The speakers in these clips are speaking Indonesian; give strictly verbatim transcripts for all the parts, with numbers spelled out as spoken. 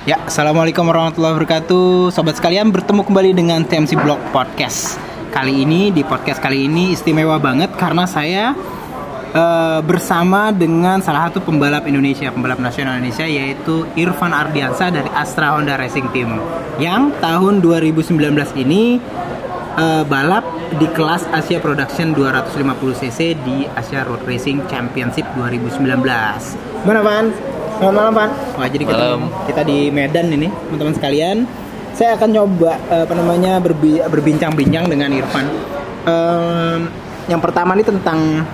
Ya, assalamualaikum warahmatullahi wabarakatuh. Sobat sekalian, bertemu kembali dengan T M C Blog Podcast. Kali ini, di podcast kali ini istimewa banget karena saya uh, bersama dengan salah satu pembalap Indonesia, pembalap nasional Indonesia, yaitu Irfan Ardiansyah dari Astra Honda Racing Team, yang tahun dua ribu sembilan belas ini uh, balap di kelas Asia Production dua ratus lima puluh cc di Asia Road Racing Championship dua ribu sembilan belas. Mana, Pan? Selamat malam, Pan. Wah, jadi ketemu kita di Medan ini, teman-teman sekalian. Saya akan coba apa namanya berbi- berbincang-bincang dengan Irfan. Um, yang pertama ini tentang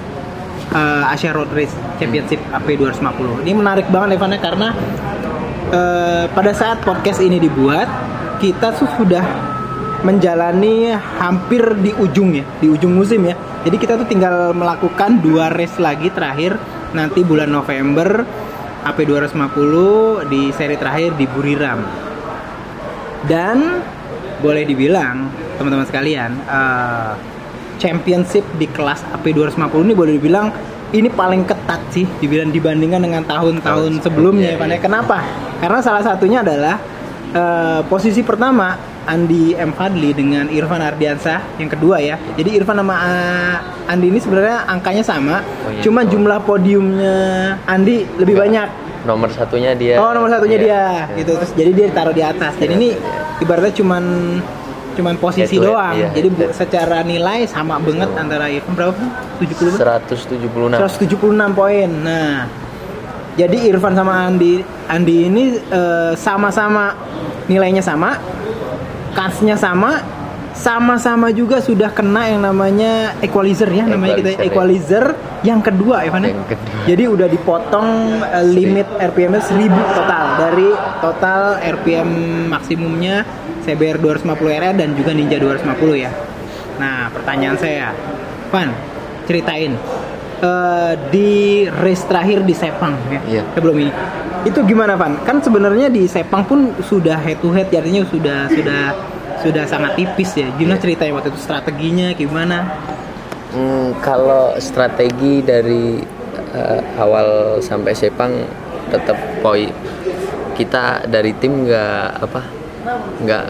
uh, Asia Road Race Championship A P dua ratus lima puluh. Ini menarik banget, Irfan, karena uh, pada saat podcast ini dibuat, kita tuh sudah menjalani hampir di ujung ya, di ujung musim ya. Jadi kita tuh tinggal melakukan dua race lagi terakhir nanti bulan November. A P dua ratus lima puluh di seri terakhir di Buriram. Dan boleh dibilang teman-teman sekalian, uh, championship di kelas A P dua ratus lima puluh ini boleh dibilang ini paling ketat sih dibilang dibandingkan dengan tahun-tahun sebelumnya. Ya, ya. Kenapa? Karena salah satunya adalah uh, posisi pertama Andi M. Fadli dengan Irfan Ardiansyah yang kedua ya. Jadi Irfan sama uh, Andi ini sebenarnya angkanya sama, oh, iya. Cuma jumlah podiumnya Andi lebih Enggak. banyak. Nomor satunya dia. Oh, nomor satunya iya. dia, iya. Gitu. Terus jadi dia ditaruh di atas. Dan iya, ini iya. ibaratnya cuman cuman posisi head doang. Iya, jadi head. Secara nilai sama banget so. Antara Irfan berapa? tujuh puluh seratus tujuh puluh enam. seratus tujuh puluh enam poin. Nah, jadi Irfan sama Andi Andi ini uh, sama-sama nilainya sama. Kansnya sama, sama-sama juga sudah kena yang namanya equalizer ya, namanya kita equalizer yang kedua ya, Van. Jadi udah dipotong uh, limit R P M-nya seribu total dari total R P M maksimumnya C B R dua ratus lima puluh R R dan juga Ninja dua ratus lima puluh ya. Nah, pertanyaan saya, Van, ceritain uh, di race terakhir di Sepang ya, yeah. sebelum ini. Itu gimana, Van? Kan sebenarnya di Sepang pun sudah head to head, artinya sudah sudah sudah sangat tipis ya. Gimana ceritanya waktu itu, strateginya gimana? Hmm, kalau strategi dari uh, awal sampai Sepang tetap poin kita dari tim nggak apa nggak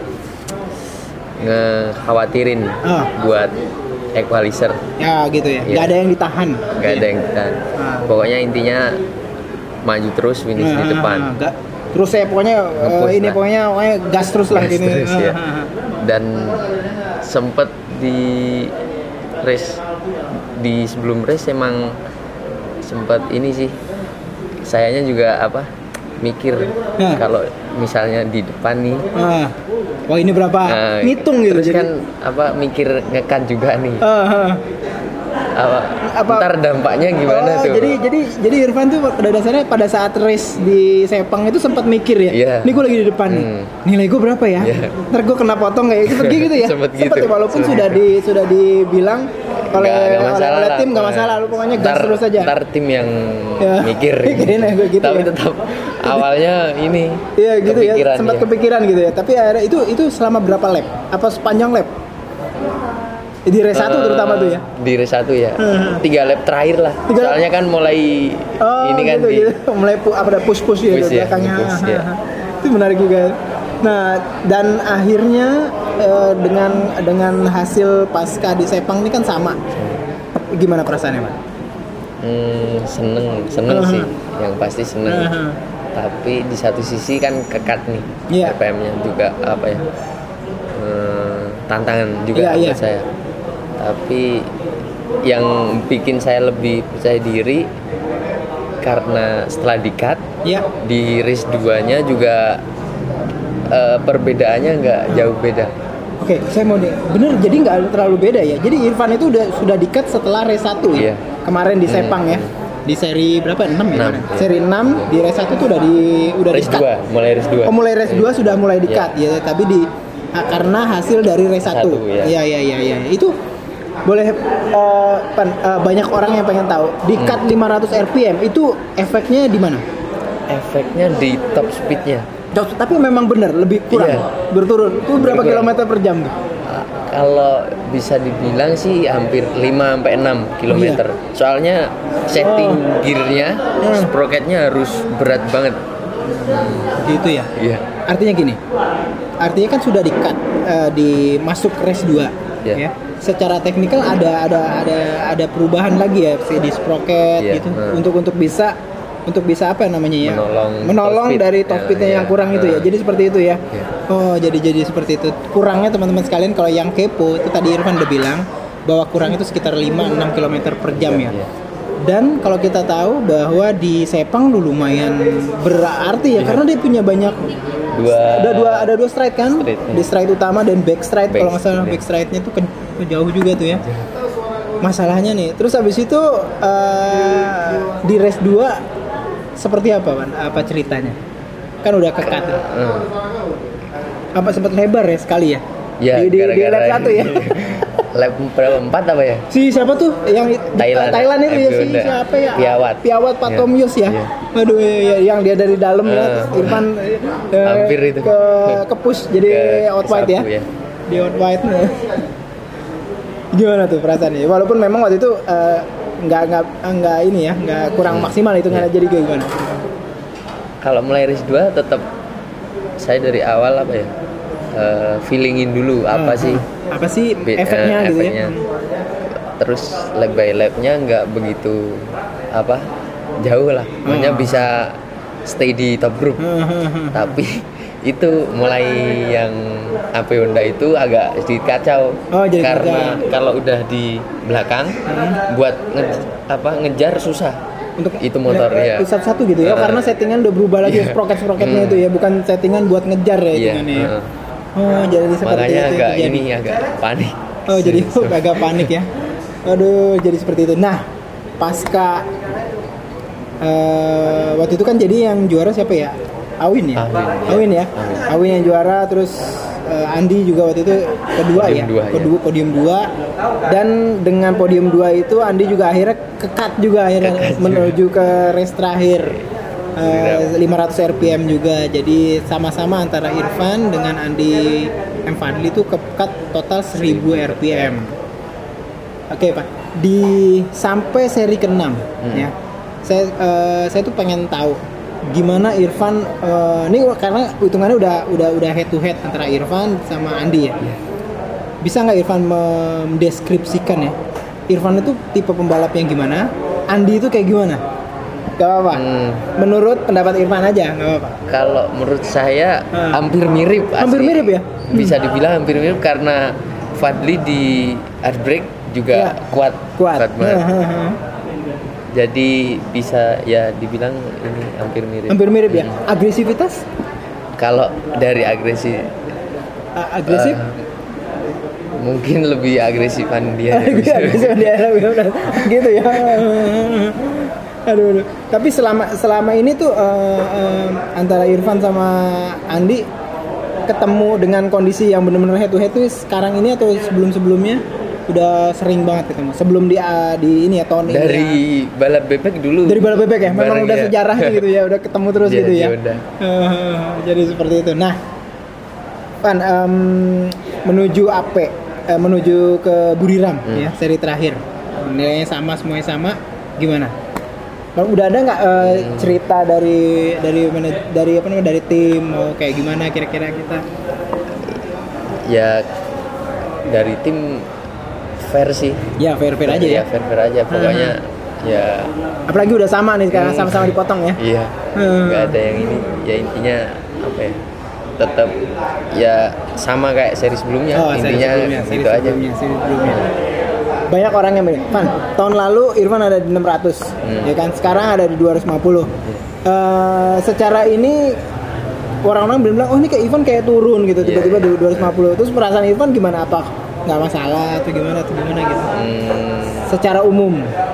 ngekhawatirin oh. buat equalizer. Ya gitu ya. Nggak ya. ada yang ditahan. Nggak ada yang ditahan. Ah. Pokoknya intinya maju terus finish nah, di depan. Gak, terus saya pokoknya uh, ini lah. pokoknya, pokoknya gas terus lah gini. Terus, ya. Dan sempet di race di sebelum race emang sempat ini sih. Sayanya juga apa? Mikir nah. kalau misalnya di depan nih. Nah. Wah, ini berapa? Uh, Ngitung gitu. Terus jadi. kan apa mikir ngekan juga nih. Uh, uh. Apa, apa ntar dampaknya gimana oh, tuh? Jadi jadi jadi Irfan tuh pada dasarnya pada saat race di Sepang itu sempat mikir ya. Yeah. Ini gue lagi di depan hmm. nih. Nilai gue berapa ya? Yeah. Ntar gue kena potong kayak gitu gitu ya. Sempat gitu. Ya, walaupun sempet sudah di sudah dibilang oleh oleh tim nggak masalah, lu pokoknya gas ntar, terus aja. Ntar tim yang ya. mikir. gitu Tapi ya. tetap awalnya ini. Iya gitu ya. Sempat ya. kepikiran gitu ya. Tapi akhirnya itu itu selama berapa lap? Apa sepanjang lap? Di race satu uh, terutama tuh ya? Di race satu ya, tiga lap terakhir lah. Tiga Soalnya kan mulai oh, ini kan gitu, di gitu. mulai pu- apa ada push push ya, ya belakangnya. Push, ya. Itu menarik juga. Nah, dan akhirnya eh, dengan dengan hasil pasca di Sepang ini kan sama. Gimana perasaannya, Pak? Hmm, seneng, seneng uh-huh. sih. Yang pasti seneng. Uh-huh. Tapi di satu sisi kan kekat nih, yeah. R P M-nya juga apa ya? Hmm, tantangan juga yeah, buat yeah. saya. Tapi yang bikin saya lebih percaya diri karena setelah di-cut yeah. di race dua-nya juga uh, perbedaannya nggak jauh beda. Oke, okay, saya mau nih, bener jadi nggak terlalu beda ya. Jadi Irfan itu udah sudah di-cut setelah race satu ya. Yeah. Kemarin di Sepang hmm. ya. Di seri berapa? enam ya? enam, ya. Seri enam di race satu tuh udah di udah race di-cut. dua, mulai race dua. Oh, mulai race dua sudah mulai di-cut yeah. ya, tapi di karena hasil dari race satu. Iya iya iya iya. Itu boleh uh, pan, uh, banyak orang yang pengen tahu. Di cut hmm. lima ratus R P M itu efeknya di mana? Efeknya di top speednya. Tapi memang benar lebih kurang iya. berturun. Itu berapa berkurang. Kilometer per jam tuh? Uh, kalau bisa dibilang sih hampir lima sampai enam kilometer. Iya. Soalnya setting oh. gearnya, hmm. sprocketnya harus berat banget. Gitu ya. Iya. Artinya gini. Artinya kan sudah di-cut uh, di masuk race dua yeah. ya. Secara teknikal ada ada ada ada perubahan lagi ya di sprocket yeah. gitu hmm. untuk untuk bisa untuk bisa apa namanya ya? Menolong, menolong top dari top speednya yeah, yang yeah. kurang uh. itu ya. Jadi seperti itu ya. Yeah. Oh, jadi jadi seperti itu. Kurangnya teman-teman sekalian kalau yang kepo itu tadi Irfan udah bilang bahwa kurang itu sekitar lima enam kilometer per jam yeah, ya. Yeah. Dan kalau kita tahu bahwa di Sepang dulu lumayan berarti ya yeah. karena dia punya banyak dua ada dua ada dua stride kan stride, di stride utama dan back stride back, kalau nggak salah yeah. back stride-nya tuh ke- jauh juga tuh ya masalahnya nih. Terus habis itu uh, di race dua seperti apa Pan? Apa ceritanya? Kan udah kekat ya. Hmm. Apa sempat lebar ya sekali ya? Ya di, di, di lap satu ya. Lap berapa? Empat apa ya? Si siapa tuh yang Thailand, Thailand itu ya si siapa ya? Piawat. Piawat Patomius ya. Yeah. Aduh ya, yang dia dari dalam uh, ya Irfan uh, hampir itu ke ke push jadi out wide ya. ya. Di out wide. Gimana tuh perasaannya? Walaupun memang waktu itu uh, nggak nggak nggak ini ya, nggak kurang hmm. maksimal itu nggak yeah. jadi kayak gimana? Kalau mulai race dua tetap saya dari awal apa ya? Uh, feelingin dulu apa hmm. sih apa sih efeknya uh, gitu efeknya. ya terus lap by lapnya nggak begitu apa jauh lah makanya hmm. bisa stay di top group hmm. tapi itu mulai yang A P Honda itu agak sedikit kacau oh, jadi karena kacau. Kalau udah di belakang hmm. buat nge- apa ngejar susah untuk itu motor ya satu-satu gitu ya uh, karena settingan udah berubah lagi yeah. sprocket-sprocketnya hmm. itu ya bukan settingan buat ngejar ya yeah. itu ya uh. Oh, jadi seperti makanya itu agak itu ini agak panik. Oh, jadi agak panik ya. Aduh, jadi seperti itu. Nah, pasca uh, waktu itu kan jadi yang juara siapa ya? Awin ya. Awin, ya. Awin ya. Awin. Awin yang juara, terus uh, Andi juga waktu itu kedua podium ya. Dua, kedua ya. Podium dua. Dan dengan podium dua itu Andi juga akhirnya kekat juga akhirnya kekat menuju juga. ke race terakhir. Uh, lima ratus R P M juga, jadi sama-sama antara Irfan dengan Andi M. Fadli itu kekat total seribu R P M. Oke okay, Pak, di sampai seri keenam hmm. ya, saya uh, saya tuh pengen tahu gimana Irfan uh, ini karena hitungannya udah udah udah head to head antara Irfan sama Andi ya. Bisa nggak Irfan mendeskripsikan ya? Irfan itu tipe pembalap yang gimana? Andi itu kayak gimana? Gak apa-apa. Hmm. Menurut pendapat Irfan aja, gak apa-apa. Kalau menurut saya hmm. hampir mirip. Asli. Hampir mirip ya? Bisa dibilang hampir mirip karena Fadli di hard brake juga ya. kuat. Kuat. kuat banget. Hmm. Jadi bisa ya dibilang ini hampir mirip. Hampir mirip ya. Hmm. Agresivitas? Kalau dari agresi. A- agresif? Uh, mungkin lebih agresifan dia. Agresifan dia gitu ya. Aduh, aduh. Tapi selama selama ini tuh uh, uh, antara Irfan sama Andi ketemu dengan kondisi yang benar-benar head to head tuh sekarang ini atau sebelum-sebelumnya udah sering banget ketemu. Sebelum di uh, di ini ya tahun ini. Dari ya. balap bebek dulu. Dari balap bebek ya. Memang udah ya. sejarahnya gitu ya, udah ketemu terus gitu ya. Uh, jadi seperti itu. Nah, Pan um, menuju A P, uh, menuju ke Buriram hmm. ya, seri terakhir. Nilainya sama, semuanya sama. Gimana? Udah ada nggak uh, hmm. cerita dari dari mana dari apa namanya dari tim mau kayak gimana kira-kira kita? Ya dari tim fair sih. Ya fair fair aja ya. Ya fair fair aja pokoknya. Hmm. Ya. Apalagi udah sama nih sekarang hmm. sama-sama dipotong ya. Iya. Hmm. Gak ada yang ini. Ya intinya apa ya? Tetap ya sama kayak seri sebelumnya. Oh, intinya seri sebelumnya, gitu seri aja. Sebelumnya, seri sebelumnya. Banyak orang yang bilang, Van, tahun lalu Irfan ada di enam ratus, hmm. ya kan? Sekarang ada di dua ratus lima puluh. Hmm. Uh, secara ini orang-orang bilang, oh ini kayak Irfan kayak turun gitu, tiba-tiba yeah, yeah. di dua ratus lima puluh. Terus perasaan Irfan gimana? Apa nggak masalah atau gimana atau gimana gitu? Hmm. Secara umum.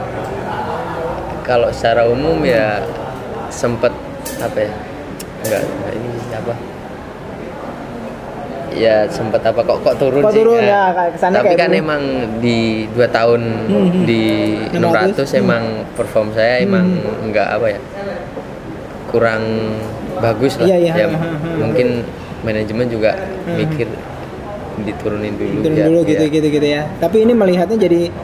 Kalau secara umum ya sempet apa ya? Enggak, enggak ini apa? Ya sempat apa kok kok turun kok sih turun kan? Ya kesana tapi kan turun. Emang di dua tahun hmm. di enam ratus hmm. emang perform saya hmm. emang enggak apa ya kurang bagus lah ya, ya. ya mungkin manajemen juga mikir diturunin dulu turun ya, dulu gitu ya. gitu gitu ya tapi ini melihatnya jadi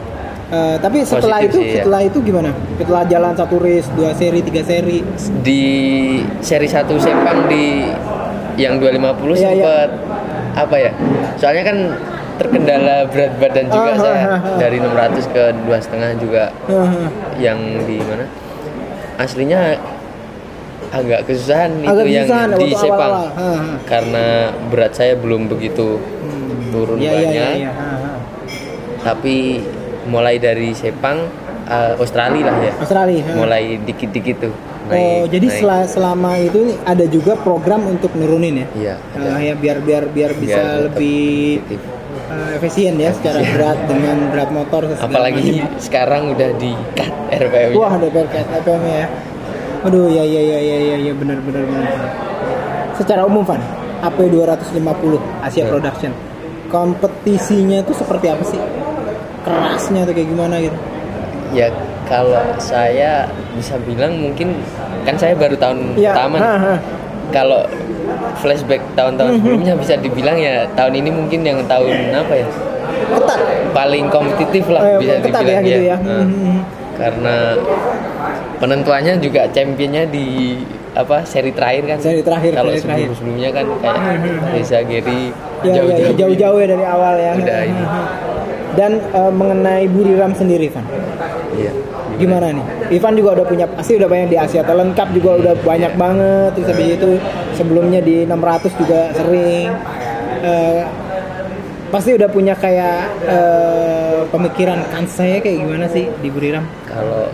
Uh, tapi setelah Positif itu sih, setelah ya. itu gimana? Setelah jalan satu race, dua seri, tiga seri di seri satu Sepang di yang dua lima puluh Iya, iya. sempat apa ya? Soalnya kan terkendala berat badan juga Ah, saya ah, ah, ah. dari enam ratus ke dua setengah juga Uh-huh. yang di mana? Aslinya agak kesusahan Agak itu yang kesusahan di waktu Sepang awal-awal. Ah, ah. karena berat saya belum begitu Hmm. turun Iya, iya, banyak. iya, iya. Ah, ah. Tapi mulai dari Sepang uh, Australia lah ya. Australia. ah. Mulai dikit-dikit tuh. Oh, naik- jadi naik. sel- selama itu ada juga program untuk nurunin ya? Iya, ada. Ah, ya biar biar biar bisa Biar tetap lebih efektif. uh, efisien ya secara Efisien. berat dengan berat motor segala Apalagi macam. sekarang udah di cut R P M-nya. Wah, ada R P M-nya ya. Aduh, ya ya ya ya ya, ya benar benar benar. Secara umum, Van, A P dua lima nol Asia Hmm. Production. Kompetisinya itu seperti apa sih? Kerasnya atau kayak gimana gitu? Ya kalau saya bisa bilang mungkin kan saya baru tahun Ya, pertama. ha, ha. Kalau flashback tahun-tahun Mhm. sebelumnya bisa dibilang ya tahun ini mungkin yang tahun apa ya? Ketat. Paling kompetitif lah Eh, bisa ketat dibilang ya gitu ya. Nah, Mhm. karena penentuannya juga championnya di apa seri terakhir kan. Seri terakhir, Kalau seri terakhir. sebelum-sebelumnya kan kayak Mhm. Reza Gary Ya, ya, ya, jauh-jauh ya dari awal ya. Udah ini. Dan eh, mengenai Buriram sendiri, Van, Iya. gimana nih? Ivan juga udah punya, pasti udah banyak di Asia Talent Cup juga udah banyak banget. Terus habis itu sebelumnya di enam ratus juga sering. Eh, pasti udah punya kayak eh, pemikiran kan saya kayak gimana sih di Buriram? Kalau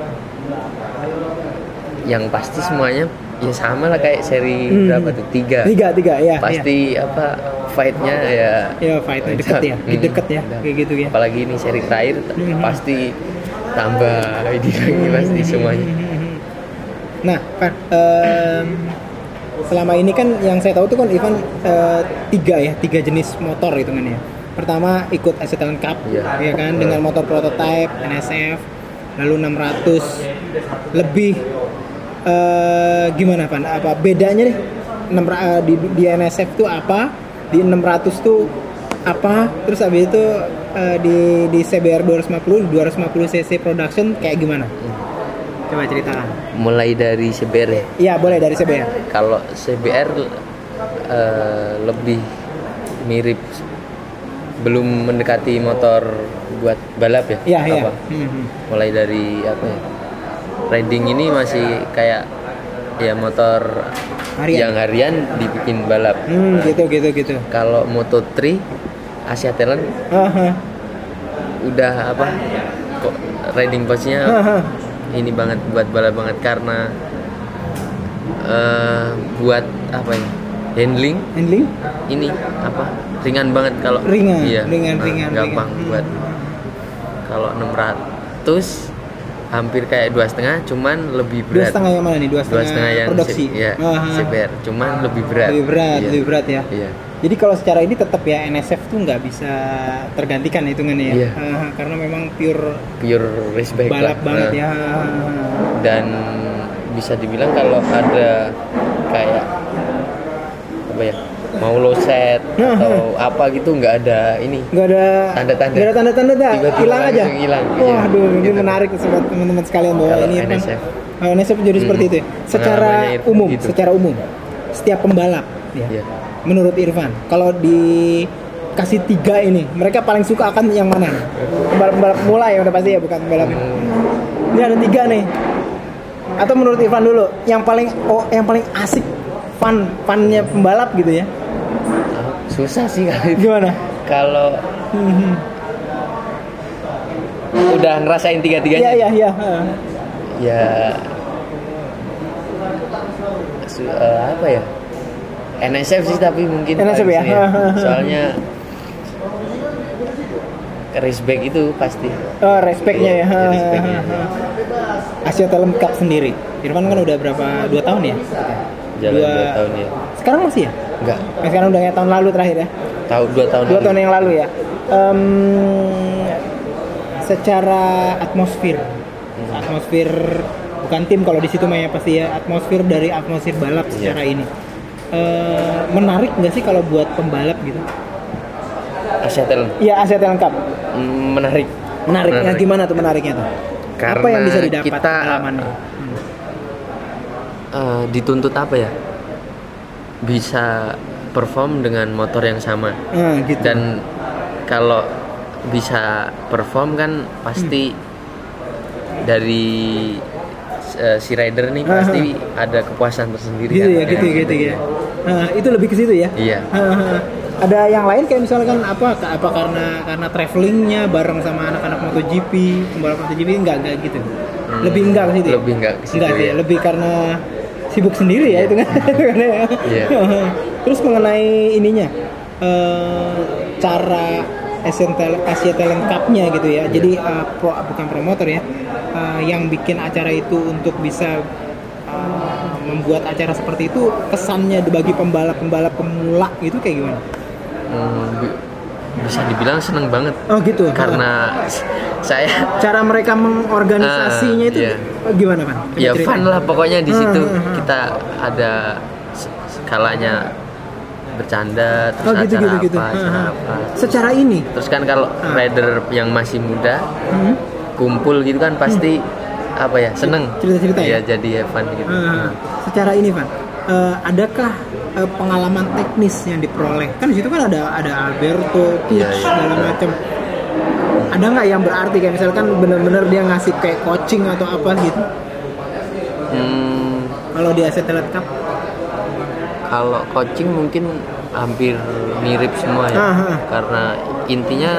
yang pasti semuanya ya sama lah kayak seri Hmm. berapa tuh tiga. Tiga, tiga ya. Pasti apa fightnya ya. Ya, fightnya deket ya, Hmm. deket ya, kayak gitu ya. Apalagi ini seri terakhir t- Hmm. pasti tambah ini lagi pasti semuanya. Nah, Van, em, selama ini kan yang saya tahu tuh kan Ivan eh, tiga ya, tiga jenis motor hitungannya. Pertama ikut Asia Talent Cup, Iya. ya kan, dengan motor prototype N S F, lalu enam ratus lebih. eh, gimana Van? Apa bedanya nih? enam ra- eh, di, di N S F tuh apa? Di enam ratus tuh apa? Terus habis itu eh, di di C B R dua lima nol, dua lima nol cc production kayak gimana? Coba ceritakan. Mulai dari C B R ya. Iya, boleh dari C B R. Kalau C B R eh, lebih mirip belum mendekati motor buat balap ya. Iya, iya. Apa? Hmm. Mulai dari apa ya? Riding ini masih kayak ya motor Harian. yang harian dibikin balap. Hmm, gitu gitu gitu. Kalau Moto tiga Asia Talent Haha. udah apa? Kok riding coachnya Haha. ini banget buat balap banget karena eh, buat apa ya? Handling Handling? ini apa? Ringan banget kalau Ringan, iya, ringan, nah, ringan, gampang ringan. buat. Kalau enam ratus hampir kayak dua setengah, cuman lebih Dua berat. setengah yang mana nih? Dua Dua setengah, setengah yang produksi. C- ya, Haha. C B R, cuman lebih berat. Lebih berat, Iya. lebih berat ya. Iya. Jadi kalau secara ini tetap ya N S F tuh nggak bisa tergantikan hitungannya ya. Iya. Haha, karena memang pure Pure race bike balap lah. banget Nah, ya. Dan bisa dibilang kalau ada kayak apa ya? Mau low set Nah, atau apa gitu nggak ada ini. Nggak ada Tanda-tanda. nggak ada tanda-tanda dah. Tiba-tiba Hilang aja. langsung hilang. Wah, Iya, aduh, ini gitu. menarik sobat teman-teman sekalian bahwa Kalau ini N S F. Oh, N S F jadi Hmm. seperti itu ya. Secara Pengalamannya itu umum, gitu. secara umum, setiap pembalap ya. Iya. Menurut Irfan, kalau dikasih tiga ini, mereka paling suka akan yang mana? Pembalap-pembalap mulai ya udah pasti ya, bukan pembalap ini. Hmm, Ini ada tiga nih. Atau menurut Irfan dulu, yang paling oh yang paling asik, fun, funnya pembalap gitu ya? ah, susah sih kali itu. Gimana? Kalau Hmm. udah ngerasain Iya tiga-tiganya. iya iya. Ya su- eh, apa ya N S F sih tapi mungkin N S F paling ya? sering. Soalnya race bike itu pasti Oh, respectnya ya. Iya, respectnya. Asia Talent Cup sendiri. Irfan kan udah berapa? Dua tahun ya? jalan dua, tahun ya Sekarang masih ya? enggak Nah, sekarang udah kayak tahun lalu terakhir ya? tahu dua tahun Dua lalu. tahun yang lalu ya. Em, secara atmosfer, atmosfer bukan tim kalau di situ mah ya pasti ya, atmosfer dari atmosfer balap Iya. secara ini. Eh, menarik nggak sih kalau buat pembalap gitu? Asia Talent Iya, Asia Talent Cup. Mm, menarik Menarik. Menarik. Ya, gimana tuh menariknya tuh? Karena apa yang bisa didapat kita, pengalamannya? Hmm. Uh, dituntut apa ya? Bisa perform dengan motor yang sama. Hmm, gitu. Dan kalau bisa perform kan pasti hmm. dari uh, si rider nih pasti uh-huh. ada kepuasan tersendiri. Gitu kan? ya, gitu, gitu, gitu ya. Uh, itu lebih ke situ ya. Iya. Uh, ada yang lain kayak misalkan apa apa karena karena travelingnya bareng sama anak-anak MotoGP, pembalap MotoGP enggak enggak gitu. Hmm, lebih enggak ke situ. Lebih enggak ke situ. Enggak ya. Ya, lebih karena sibuk sendiri ya, yeah. itu kan. Itu kan ya. Yeah. Terus mengenai ininya uh, cara Asian Talent, Asia Talent Cup-nya gitu ya. Yeah. Jadi uh, pro, bukan promotor ya. Uh, yang bikin acara itu untuk bisa uh, membuat acara seperti itu, kesannya bagi pembalap-pembalap pemula itu kayak gimana? Hmm, bisa dibilang seneng banget. Oh gitu. Karena uh, saya cara mereka mengorganisasinya uh, itu yeah. gimana kan? Ya fun lah pokoknya di situ uh, uh, uh. kita ada skalanya bercanda terus oh, gitu, acara gitu, gitu. apa, Uh, acara uh. apa. Secara ini. Terus kan kalau uh. rider yang masih muda uh. kumpul gitu kan pasti uh. apa ya seneng. Cerita-cerita ya. Ya jadi fun gitu. Uh, uh. Secara ini Van, uh, adakah uh, pengalaman teknis yang diperoleh? Kan di situ kan ada ada Alberto, Puig, yeah, yeah, segala yeah. macam. Ada nggak yang berarti kayak misalkan benar-benar dia ngasih kayak coaching atau apa gitu? Hmm, kalau di Asia Talent Cup? Kalau coaching mungkin hampir mirip semua ya. Uh-huh. Karena intinya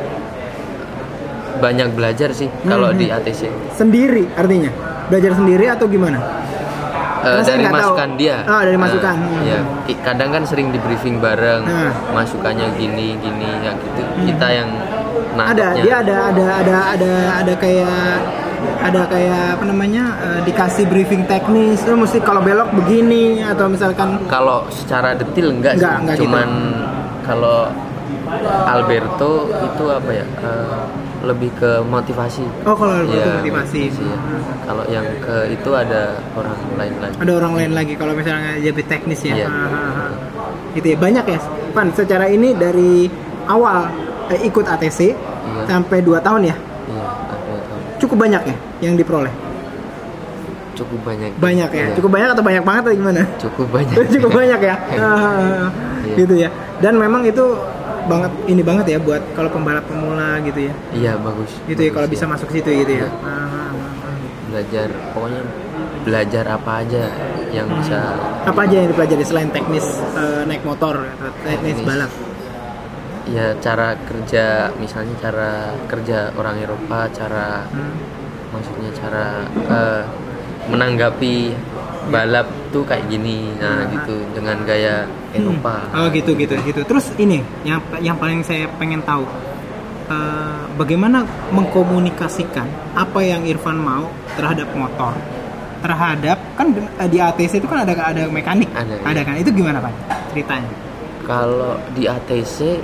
banyak belajar sih hmm. kalau di A T C. Sendiri artinya? Belajar sendiri atau gimana? Uh, dari masukan tahu. Dia. Oh, dari masukan. Uh, hmm. Ya, kadang kan sering di briefing bareng, uh. masukannya gini gini ya gitu. Hmm. Kita yang ada dia ada ada ada ada ada kayak ada kayak apa namanya uh, dikasih briefing teknis lu mesti kalau belok begini atau misalkan kalau secara detail enggak, enggak sih enggak cuman gitu. Kalau Alberto itu apa ya uh, lebih ke motivasi. Oh kalau Alberto ya, motivasi, motivasi ya. Hmm. Kalau yang ke itu ada orang lain lagi ada orang lain lagi kalau misalnya jadi teknis ya, ya. Gitu ya banyak ya Pan secara ini dari awal eh, ikut A T C iya. sampai dua tahun ya? Iya, dua tahun. Cukup banyak ya yang diperoleh? Cukup banyak. Banyak ya? Iya. Cukup banyak atau banyak banget atau gimana? Cukup banyak. Cukup banyak ya? uh, iya. Gitu ya. Dan memang itu banget ini banget ya buat kalau pembalap pemula gitu ya? Iya, bagus. Gitu bagus, ya kalau ya. bisa masuk situ gitu ya? Iya. Belajar, pokoknya belajar apa aja yang hmm. bisa. Apa aja yang dipelajari selain teknis uh, naik motor, teknis, teknis balap? Ya cara kerja, misalnya cara kerja orang Eropa, cara hmm. maksudnya cara uh, menanggapi balap tuh kayak gini, nah hmm. gitu dengan gaya Eropa. Hmm. Oh gitu gitu gitu. Terus ini yang yang paling saya pengen tahu uh, bagaimana mengkomunikasikan apa yang Irfan mau terhadap motor, terhadap kan di A T C itu kan ada ada mekanik, ada, ada ya. Kan itu gimana Pak ceritanya? Kalau di A T C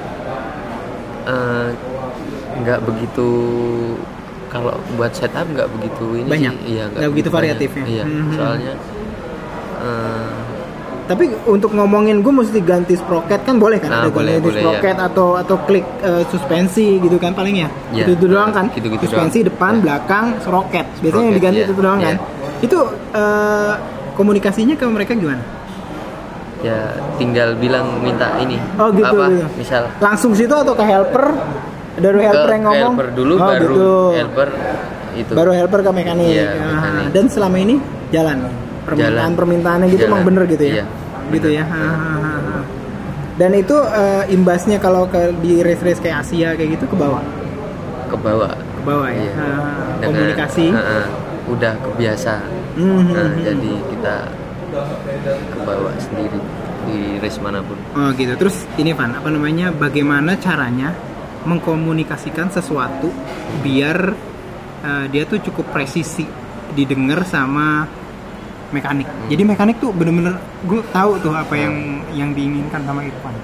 nggak uh, begitu, kalau buat setup nggak begitu ini banyak sih, iya nggak begitu variatifnya. Iya, hmm. soalnya. Uh, Tapi untuk ngomongin gue mesti ganti sprocket kan boleh kan? Nah, ada boleh, ganti boleh, sprocket ya. atau atau klik uh, suspensi gitu kan paling ya. Ya itu, itu doang kan? Gitu, gitu suspensi doang. Depan, ya. Belakang, sprocket. Biasanya sprocket, yang diganti ya. itu doang ya. kan? Itu uh, komunikasinya ke mereka gimana? Ya tinggal bilang minta ini. Oh gitu. Apa? Gitu. Misal. Langsung situ atau ke helper? Dari helper ke, yang ngomong. Helper dulu oh, baru gitu. helper itu. Baru helper ke mekanik. Iya, nah, mekanik. Dan selama ini jalan. Permintaan permintaannya gitu jalan. Emang bener gitu ya. Iya, gitu bener. ya. Ha, ha, ha, ha. Dan itu uh, imbasnya kalau ke di race-race kayak Asia kayak gitu ke bawah. Ke bawah. Ke bawah ya. Iya. Ha, ha. Dengan, komunikasi. Ha, ha, udah kebiasa. Mm-hmm. Nah, jadi kita ke bawah sendiri di race manapun. Oh gitu. Terus ini Van, apa namanya? Bagaimana caranya mengkomunikasikan sesuatu biar uh, dia tuh cukup presisi didengar sama mekanik. Hmm. Jadi mekanik tuh bener-bener gue tahu tuh apa yang hmm. yang diinginkan sama Irfan.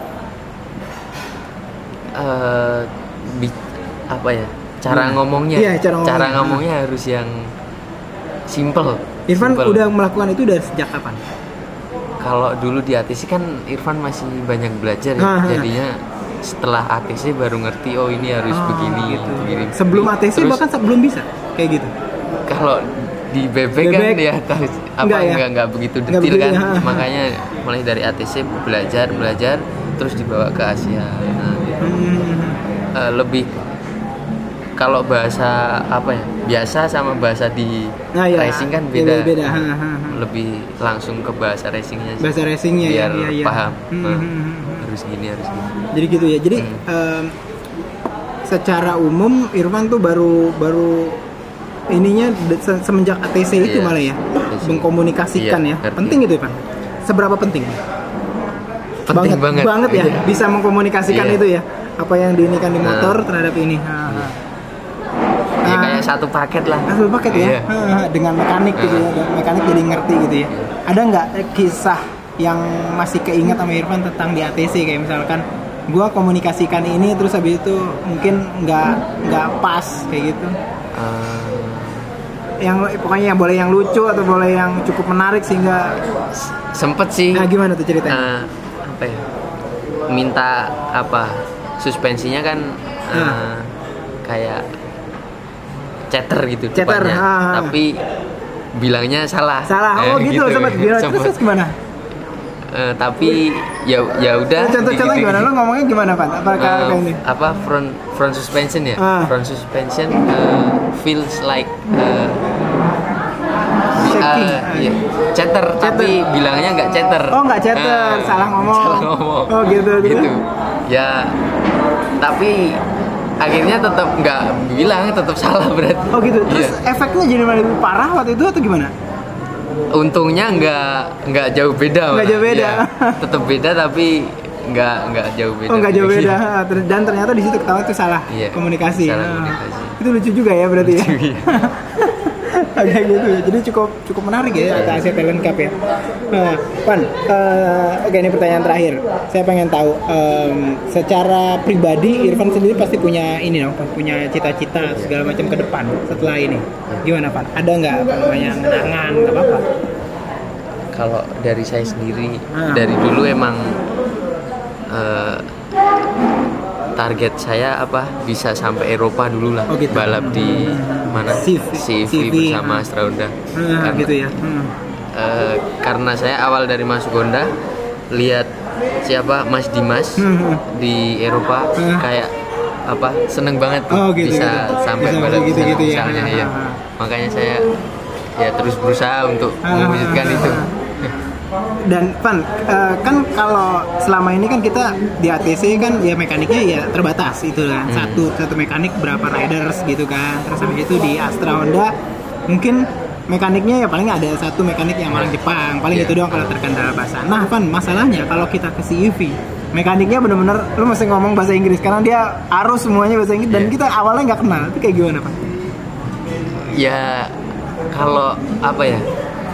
Uh, bi- apa ya? Cara hmm. ngomongnya. Iya, cara ngomongnya. Cara ngomongnya harus yang simple. Irfan simple. Udah melakukan itu dari sejak kapan? Kalau dulu di A T C kan Irfan masih banyak belajar ya. Ha, ha. Jadinya setelah A T C baru ngerti oh ini harus oh, begini gitu. begini. Sebelum A T C terus, bahkan sebelum bisa kayak gitu. Kalau di bebek, bebek kan ya apa enggak, ya? enggak enggak begitu detail kan, ha, ha. Makanya mulai dari A T C belajar belajar terus dibawa ke Asia. Nah, hmm. uh, lebih kalau bahasa apa ya biasa sama bahasa di nah, ya. racing kan beda, beda. Ha, ha, ha. Lebih langsung ke bahasa racingnya sih. Bahasa racingnya biar ya, ya, paham ya. Nah, hmm. harus gini harus gini. Jadi gitu ya. Jadi hmm. um, secara umum Irfan tuh baru baru ininya semenjak A T C itu yeah. malah ya mengkomunikasikan yeah, ya. Ngerti. Penting itu Irfan. Seberapa penting? Penting banget. Banget, banget ya yeah. bisa mengkomunikasikan yeah. itu ya. Apa yang diinikan di motor nah. terhadap ini. Ha, ha. Ya kayak satu paket lah. Satu paket ya. Yeah. Ha, dengan mekanik gitu ya. Dan mekanik jadi ngerti gitu ya. Ada nggak kisah yang masih keinget sama Irfan tentang di A T C kayak misalkan gue komunikasikan ini terus habis itu mungkin nggak nggak pas kayak gitu. Uh, yang pokoknya yang boleh yang lucu atau boleh yang cukup menarik sehingga sempet sih. Nah gimana tuh ceritanya? Uh, apa ya? Minta apa? Suspensinya kan uh, uh. kayak ceter gitu ceter, depannya. Uh. Tapi bilangnya salah. Salah. Oh eh, gitu, gitu. Sempat bilang terus gimana? Uh, tapi ya ya udah. Contoh-contoh gitu, gimana? Lo ngomongnya gimana Pak? Apa uh, ini? Apa front front suspension ya? Uh. Front suspension uh, feels like uh, shaking. Uh, ya, ceter, tapi bilangnya nggak ceter. Oh nggak ceter, uh, salah ngomong. Salah ngomong. Oh gitu. Gitu. Ya, tapi akhirnya tetap nggak bilang, tetap salah berarti. Oh gitu. Terus yeah. efeknya jadi lebih parah waktu itu atau gimana? Untungnya nggak nggak jauh beda. Nggak jauh beda. Ya, tetap beda tapi nggak nggak jauh beda. Oh nggak jauh beda. Dan ternyata di situ ketahuan itu salah iya, komunikasi. Salah komunikasi. Itu lucu juga ya berarti lucu, ya. Agak gitu ya. Jadi cukup cukup menarik ya Asia Asia Talent Cup ya. Nah, Pan, uh, oke ini pertanyaan terakhir. Saya pengen tahu um, secara pribadi Irfan sendiri pasti punya ini dong, punya cita-cita segala macam ke depan setelah ini. Gimana Pan? Ada nggak apa namanya kenangan nggak apa-apa? Kalau dari saya sendiri ah. dari dulu emang uh, target saya apa bisa sampai Eropa dulu lah, oh, gitu. Balap di mana C V bersama Astra Honda. Hmm, karena, gitu ya. Hmm. Uh, karena saya awal dari masuk Honda lihat siapa Mas Dimas hmm. di Eropa hmm. kayak apa seneng banget tuh oh, gitu, bisa gitu. sampai bisa balap gitu, gitu, misalnya ya. ya. Makanya saya ya terus berusaha untuk mewujudkan itu. Dan Pan, uh, kan kalau selama ini kan kita di A T C kan ya mekaniknya ya terbatas itu kan hmm. satu satu mekanik berapa riders gitu kan. Terus habis itu di Astra Honda mungkin mekaniknya ya paling ada satu mekanik yang orang Jepang paling yeah. itu doang kalau terkendala bahasa. Nah Pan, masalahnya kalau kita ke C E V mekaniknya benar-benar lu mesti ngomong bahasa Inggris karena dia harus semuanya bahasa Inggris dan yeah. kita awalnya nggak kenal. Itu kayak gimana Pan? Ya kalau apa ya?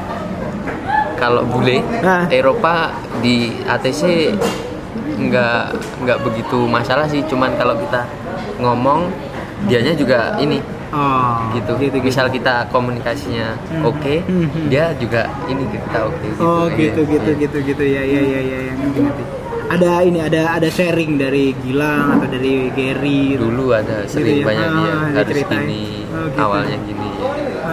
Kalau bule nah. Eropa di A T C nggak nggak begitu masalah sih, cuman kalau kita ngomong dianya juga ini oh, gitu. gitu misal kita komunikasinya hmm. oke okay, hmm. dia juga ini kita oke okay, gitu. Oh gitu ya, gitu ya. gitu gitu ya ya ya ya yang ngerti. Ada ini ada ada sharing dari Gilang atau dari Gary dulu ada sering gitu ya? banyak ah, dia harus ceritain. Gini oh, gitu. Awalnya gini ya.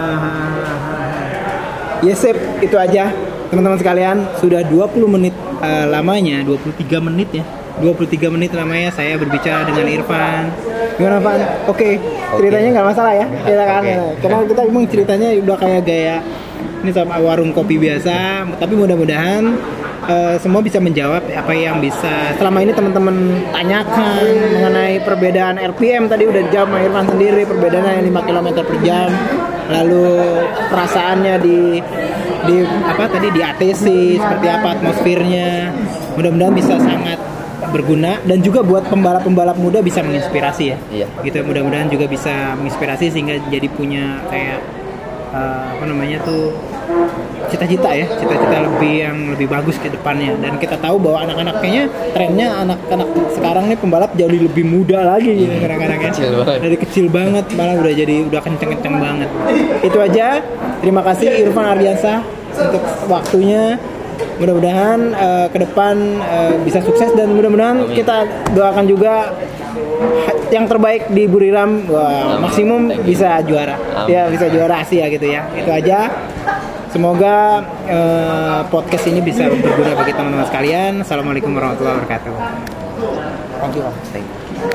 Ya sip, itu aja teman-teman sekalian, sudah dua puluh menit uh, lamanya, dua puluh tiga menit ya. dua puluh tiga menit lamanya saya berbicara dengan Irfan. Gimana Pan? Oke, okay. ceritanya nggak masalah ya? Kita kan, okay. Karena kita memang ceritanya udah kayak gaya ini sama warung kopi biasa, tapi mudah-mudahan uh, semua bisa menjawab apa yang bisa selama ini teman-teman tanyakan mengenai perbedaan R P M tadi udah dijawab sama Irfan sendiri, perbedaannya lima kilometer per jam. Lalu perasaannya di di apa tadi di A T C seperti apa atmosfernya, mudah-mudahan bisa sangat berguna dan juga buat pembalap-pembalap muda bisa menginspirasi ya. Iya. Gitu mudah-mudahan juga bisa menginspirasi sehingga jadi punya kayak uh, apa namanya tuh cita-cita ya, cita-cita lebih yang lebih bagus ke depannya. Dan kita tahu bahwa anak-anak kayaknya trennya anak-anak sekarang nih pembalap jauh lebih muda lagi gitu kadang-kadang ya. Kecil banget. Dari kecil banget malah udah jadi udah kenceng-kenceng banget. Itu aja. Terima kasih Irfan Ardiansah untuk waktunya. mudah-mudahan uh, ke depan uh, bisa sukses dan mudah-mudahan Amin. Kita doakan juga yang terbaik di Buriram, wah, maksimum bisa juara. Amin. Ya bisa juara Asia gitu ya. Itu aja. Semoga uh, podcast ini bisa berguna bagi teman-teman sekalian. Assalamualaikum warahmatullahi wabarakatuh. Thank you. Thank you.